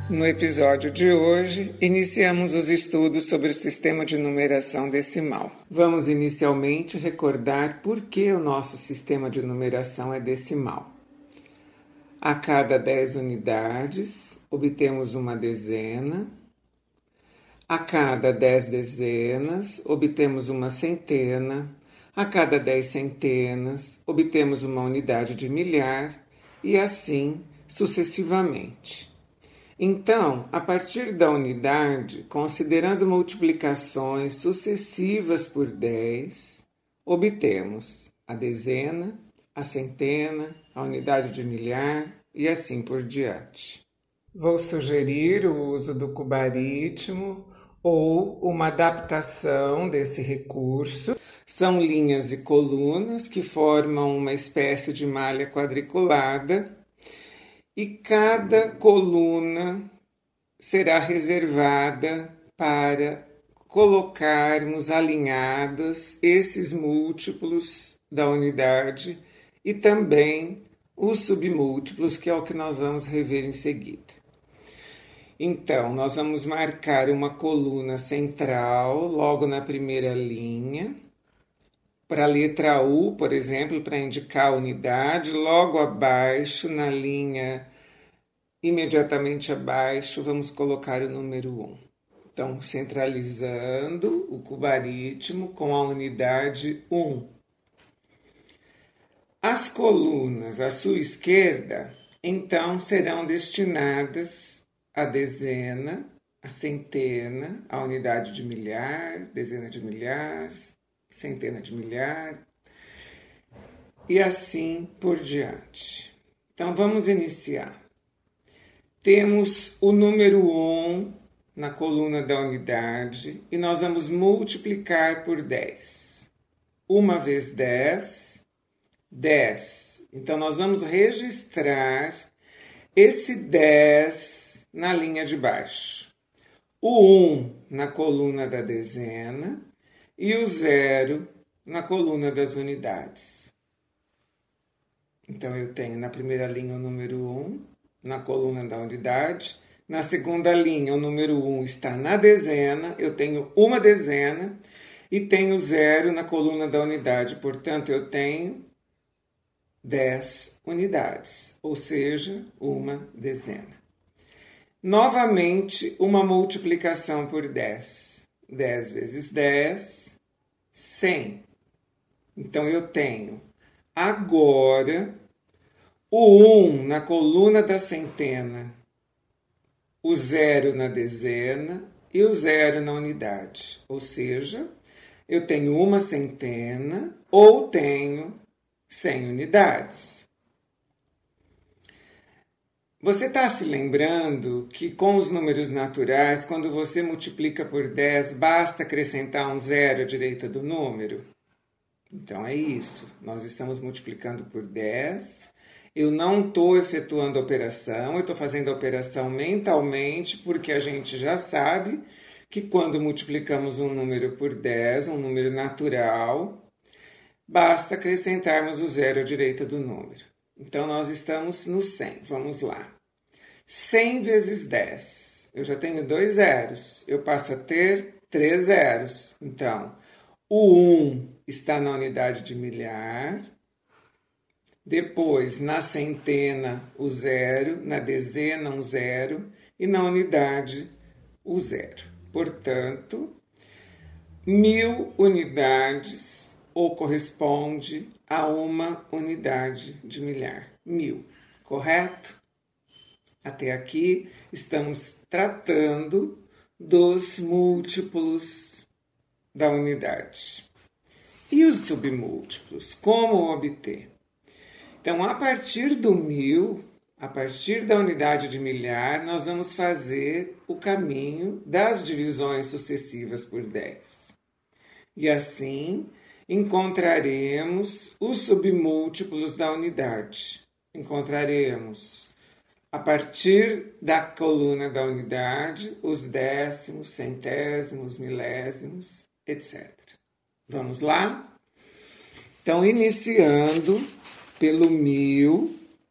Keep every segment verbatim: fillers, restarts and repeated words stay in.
No episódio de hoje, iniciamos os estudos sobre o sistema de numeração decimal. Vamos inicialmente recordar por que o nosso sistema de numeração é decimal. A cada dez unidades, obtemos uma dezena. A cada dez dezenas, obtemos uma centena. A cada dez centenas, obtemos uma unidade de milhar e assim sucessivamente. Então, a partir da unidade, considerando multiplicações sucessivas por dez, obtemos a dezena, a centena, a unidade de milhar e assim por diante. Vou sugerir o uso do cubaritmo ou uma adaptação desse recurso. São linhas e colunas que formam uma espécie de malha quadriculada e cada coluna será reservada para colocarmos alinhados esses múltiplos da unidade e também os submúltiplos, que é o que nós vamos rever em seguida. Então, nós vamos marcar uma coluna central logo na primeira linha. Para a letra U, por exemplo, para indicar a unidade, logo abaixo, na linha imediatamente abaixo, vamos colocar o número um. Então, centralizando o cubaritmo com a unidade um. As colunas à sua esquerda, então, serão destinadas à dezena, à centena, à unidade de milhar, dezena de milhar, centena de milhar, e assim por diante. Então, vamos iniciar. Temos o número um na coluna da unidade e nós vamos multiplicar por dez. Uma vez dez, dez. Então, nós vamos registrar esse dez na linha de baixo. O um na coluna da dezena e o zero na coluna das unidades. Então, eu tenho na primeira linha o número um, na coluna da unidade. Na segunda linha, o número um está na dezena, eu tenho uma dezena, e tenho zero na coluna da unidade. Portanto, eu tenho dez unidades, ou seja, uma dezena. Novamente, uma multiplicação por dez. dez vezes dez, cem. Então, eu tenho agora o um na coluna da centena, o zero na dezena e o zero na unidade. Ou seja, eu tenho uma centena ou tenho cem unidades. Você está se lembrando que com os números naturais, quando você multiplica por dez, basta acrescentar um zero à direita do número? Então é isso, nós estamos multiplicando por dez, eu não estou efetuando a operação, eu estou fazendo a operação mentalmente, porque a gente já sabe que quando multiplicamos um número por dez, um número natural, basta acrescentarmos o zero à direita do número. Então, nós estamos no cem. Vamos lá. cem vezes dez. Eu já tenho dois zeros. Eu passo a ter três zeros. Então, o um está na unidade de milhar. Depois, na centena, o zero. Na dezena, um zero. E na unidade, o zero. Portanto, mil unidades ou corresponde a uma unidade de milhar. Mil, correto? Até aqui estamos tratando dos múltiplos da unidade. E os submúltiplos? Como obter? Então, a partir do mil, a partir da unidade de milhar, nós vamos fazer o caminho das divisões sucessivas por dez. E assim, encontraremos os submúltiplos da unidade. Encontraremos, a partir da coluna da unidade, os décimos, centésimos, milésimos, etcétera. Vamos lá? Então, iniciando pelo mil,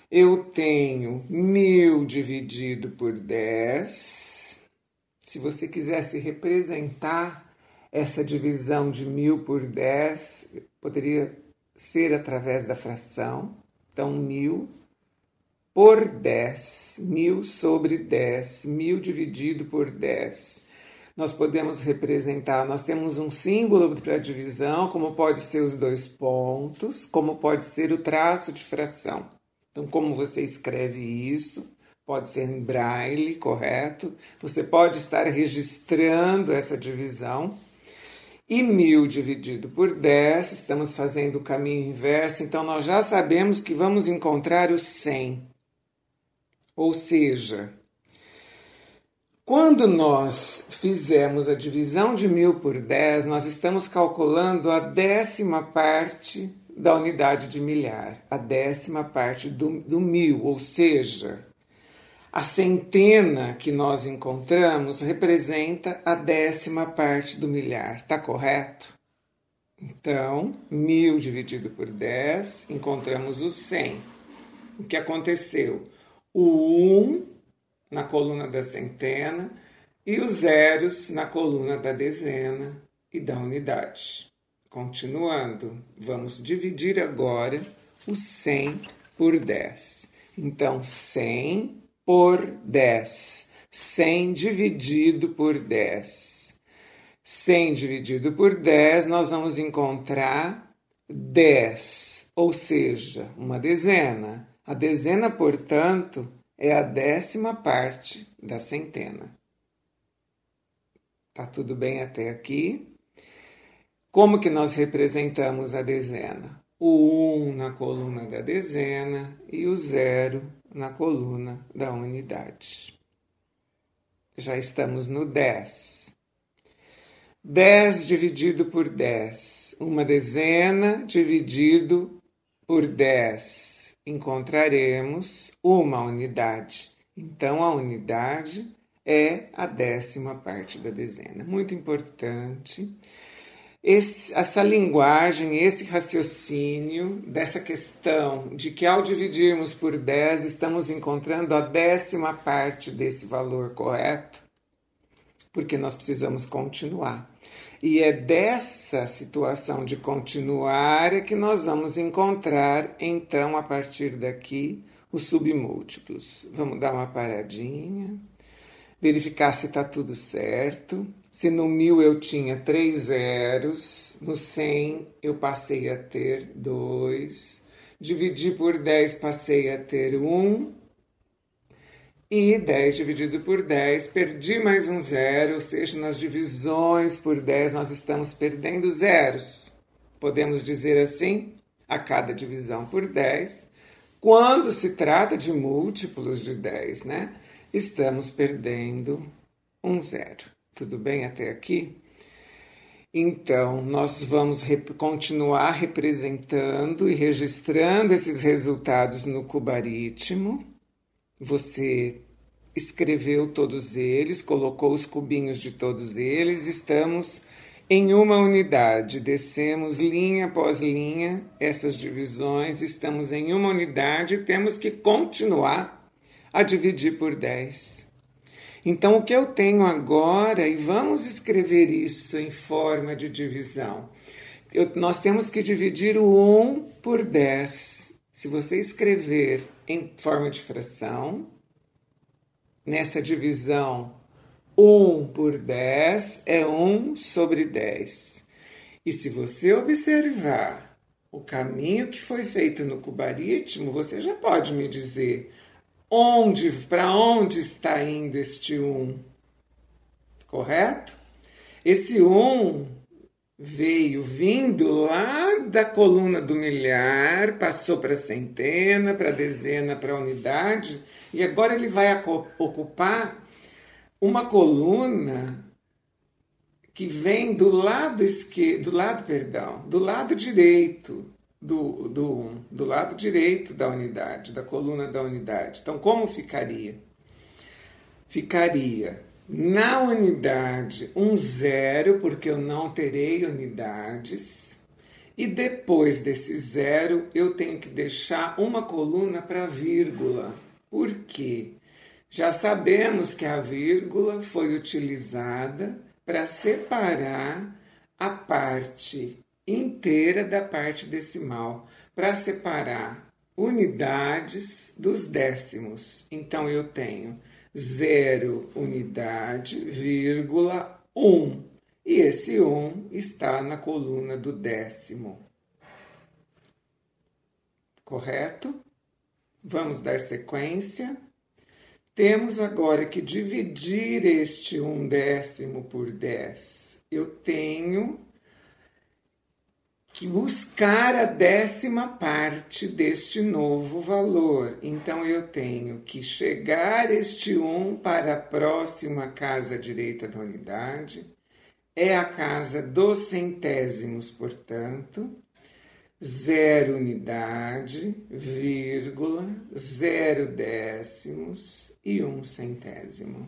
Eu tenho mil dividido por dez. Se você quisesse representar essa divisão de mil por dez, poderia ser através da fração. Então, mil por dez, mil sobre dez, mil dividido por dez. Nós podemos representar, nós temos um símbolo para a divisão, como pode ser os dois pontos, como pode ser o traço de fração. Então, como você escreve isso? Pode ser em braille, correto? Você pode estar registrando essa divisão. E mil dividido por dez, estamos fazendo o caminho inverso, então nós já sabemos que vamos encontrar o cem. Ou seja, quando nós fizemos a divisão de mil por dez, nós estamos calculando a décima parte da unidade de milhar, a décima parte do, do mil, ou seja, a centena que nós encontramos representa a décima parte do milhar, está correto? Então, mil dividido por dez, encontramos o cem. O que aconteceu? O um na coluna da centena e os zeros na coluna da dezena e da unidade. Continuando, vamos dividir agora o cem por dez. Então, cem por dez. cem dividido por dez. cem dividido por dez, nós vamos encontrar dez, ou seja, uma dezena. A dezena, portanto, é a décima parte da centena. Tá tudo bem até aqui? Como que nós representamos a dezena? O um na coluna da dezena e o zero na coluna da unidade. Já estamos no dez. dez dividido por dez. Uma dezena dividido por dez. Encontraremos uma unidade. Então, a unidade é a décima parte da dezena. Muito importante. Esse, essa linguagem, esse raciocínio dessa questão de que ao dividirmos por dez, estamos encontrando a décima parte desse valor, correto? Porque nós precisamos continuar. E é dessa situação de continuar é que nós vamos encontrar, então, a partir daqui, os submúltiplos. Vamos dar uma paradinha, verificar se está tudo certo. Se no mil eu tinha três zeros, no cem eu passei a ter dois, dividi por dez passei a ter um, e dez dividido por dez, perdi mais um zero, ou seja, nas divisões por dez nós estamos perdendo zeros. Podemos dizer assim, a cada divisão por dez, quando se trata de múltiplos de dez, né? Estamos perdendo um zero. Tudo bem até aqui? Então, nós vamos rep- continuar representando e registrando esses resultados no cubaritmo. Você escreveu todos eles, colocou os cubinhos de todos eles, estamos em uma unidade, descemos linha após linha essas divisões, estamos em uma unidade e temos que continuar a dividir por dez. Então, o que eu tenho agora, e vamos escrever isso em forma de divisão, eu, nós temos que dividir o um por dez. Se você escrever em forma de fração, nessa divisão, um por dez é um sobre dez. E se você observar o caminho que foi feito no cubaritmo, você já pode me dizer onde, para onde está indo este um, correto? Esse um veio vindo lá da coluna do milhar, passou para a centena, para a dezena, para a unidade, e agora ele vai ocupar uma coluna que vem do lado esquerdo, do lado, perdão, do lado direito do, do um, do lado direito da unidade, da coluna da unidade. Então, como ficaria? Ficaria na unidade um zero, porque eu não terei unidades, E depois desse zero, eu tenho que deixar uma coluna para vírgula. Por quê? Já sabemos que a vírgula foi utilizada para separar a parte inteira da parte decimal, para separar unidades dos décimos. Então, eu tenho zero unidade, vírgula, um. E esse um está na coluna do décimo. Correto? Vamos dar sequência. Temos agora que dividir este um décimo por dez. Eu tenho que buscar a décima parte deste novo valor. Então, eu tenho que chegar este um para a próxima casa direita da unidade. É a casa dos centésimos, portanto. Zero unidade, vírgula, zero décimos e um centésimo.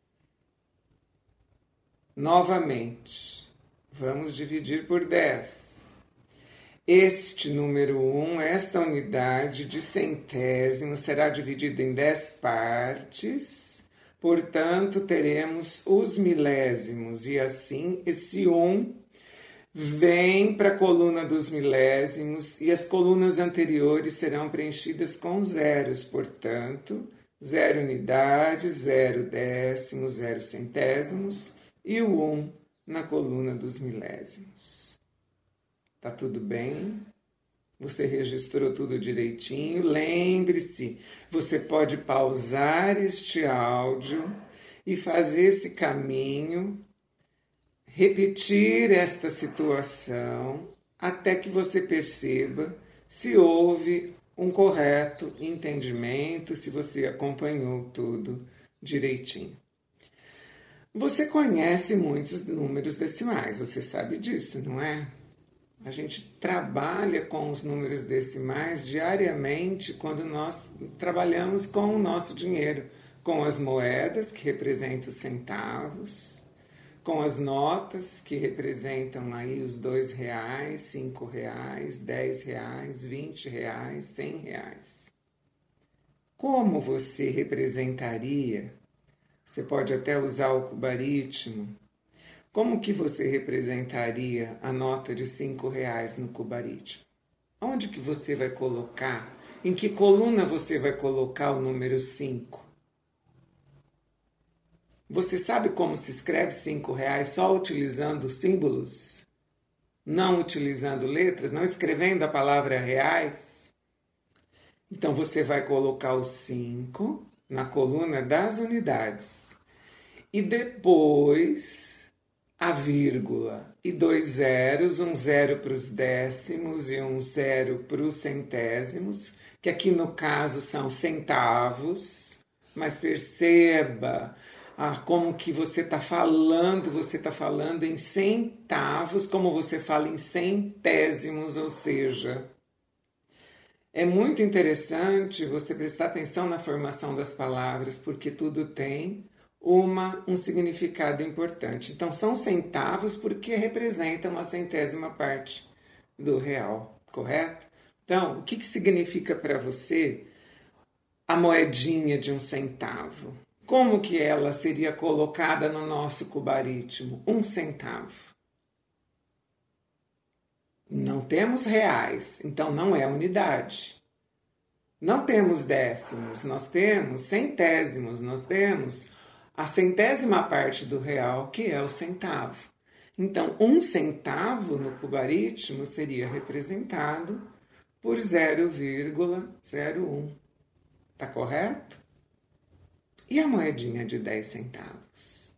Novamente, vamos dividir por dez. Este número um, esta unidade de centésimo, será dividida em dez partes, portanto, teremos os milésimos, e assim esse um vem para a coluna dos milésimos, e as colunas anteriores serão preenchidas com zeros, portanto, zero unidade, zero décimos, zero centésimos, e o um na coluna dos milésimos. Tá tudo bem? Você registrou tudo direitinho? Lembre-se, você pode pausar este áudio e fazer esse caminho, repetir esta situação até que você perceba se houve um correto entendimento, se você acompanhou tudo direitinho. Você conhece muitos números decimais, você sabe disso, não é? A gente trabalha com os números decimais diariamente quando nós trabalhamos com o nosso dinheiro, com as moedas, que representam os centavos, com as notas, que representam aí os dois reais, cinco reais, dez reais, vinte reais, cem reais. Como você representaria? Você pode até usar o cubaritmo. Como que você representaria a nota de cinco reais no cubaritmo? Onde que você vai colocar? Em que coluna você vai colocar o número cinco? Você sabe como se escreve cinco reais só utilizando símbolos? Não utilizando letras? Não escrevendo a palavra reais? Então, você vai colocar o cinco na coluna das unidades. E depois a vírgula e dois zeros, um zero para os décimos e um zero para os centésimos, que aqui no caso são centavos, mas perceba ah, como que você está falando, você está falando em centavos, como você fala em centésimos, ou seja, é muito interessante você prestar atenção na formação das palavras, porque tudo tem Uma, um significado importante. Então, são centavos porque representam a centésima parte do real, correto? Então, o que, que significa para você a moedinha de um centavo? Como que ela seria colocada no nosso cubaritmo? Um centavo. Não temos reais, então não é unidade. Não temos décimos, nós temos centésimos, nós temos a centésima parte do real, que é o centavo. Então, um centavo no cubaritmo seria representado por zero vírgula zero um. Tá correto? E a moedinha de dez centavos?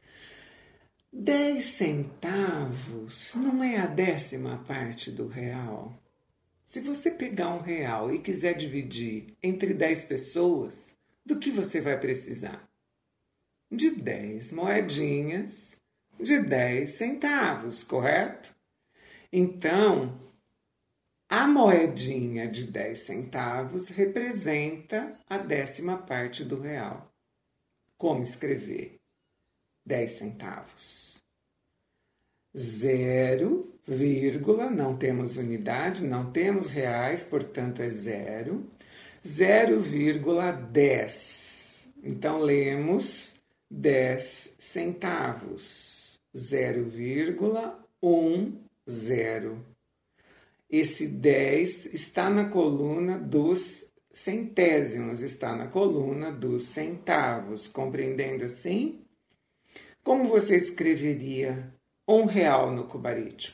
dez centavos não é a décima parte do real. Se você pegar um real e quiser dividir entre dez pessoas, do que você vai precisar? De dez moedinhas de dez centavos, correto? Então, a moedinha de dez centavos representa a décima parte do real. Como escrever? dez centavos. zero, vírgula, não temos unidade, não temos reais, portanto é zero, zero vírgula dez. Então, lemos dez centavos, zero vírgula dez. Esse dez está na coluna dos centésimos, está na coluna dos centavos, compreendendo assim? Como você escreveria um real no cubaritmo?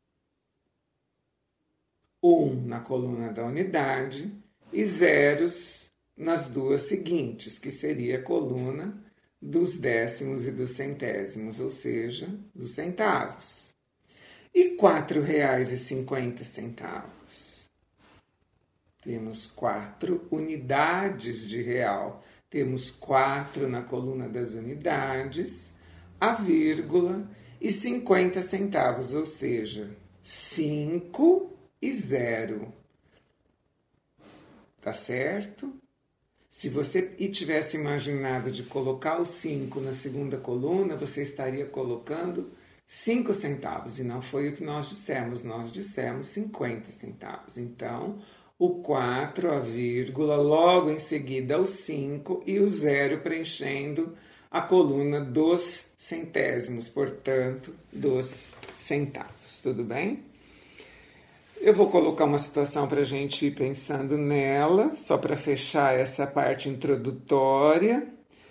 Um na coluna da unidade e zeros nas duas seguintes, que seria a coluna dos décimos e dos centésimos, ou seja, dos centavos. E quatro reais e cinquenta centavos. Temos quatro unidades de real. Temos quatro na coluna das unidades, a vírgula e cinquenta centavos, ou seja, cinco e zero. Tá certo? Se você tivesse imaginado de colocar o cinco na segunda coluna, você estaria colocando cinco centavos, e não foi o que nós dissemos, nós dissemos cinquenta centavos. Então, o quatro, a vírgula, logo em seguida o cinco e o zero preenchendo a coluna dos centésimos, portanto, dos centavos. Tudo bem? Eu vou colocar uma situação para a gente ir pensando nela, só para fechar essa parte introdutória,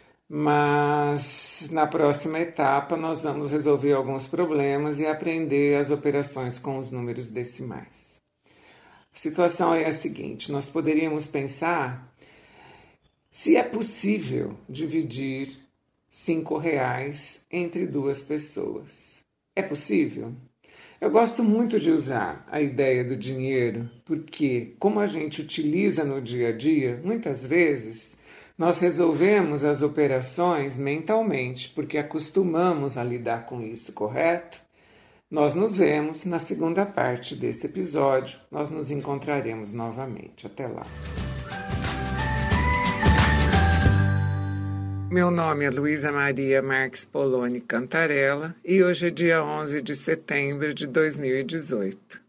mas na próxima etapa nós vamos resolver alguns problemas e aprender as operações com os números decimais. A situação é a seguinte: nós poderíamos pensar se é possível dividir cinco reais entre duas pessoas. É possível? Eu gosto muito de usar a ideia do dinheiro porque, como a gente utiliza no dia a dia, muitas vezes nós resolvemos as operações mentalmente, porque acostumamos a lidar com isso, correto? Nós nos vemos na segunda parte desse episódio. Nós nos encontraremos novamente. Até lá. Meu nome é Luísa Maria Marques Poloni Cantarella e hoje é dia onze de setembro de dois mil e dezoito.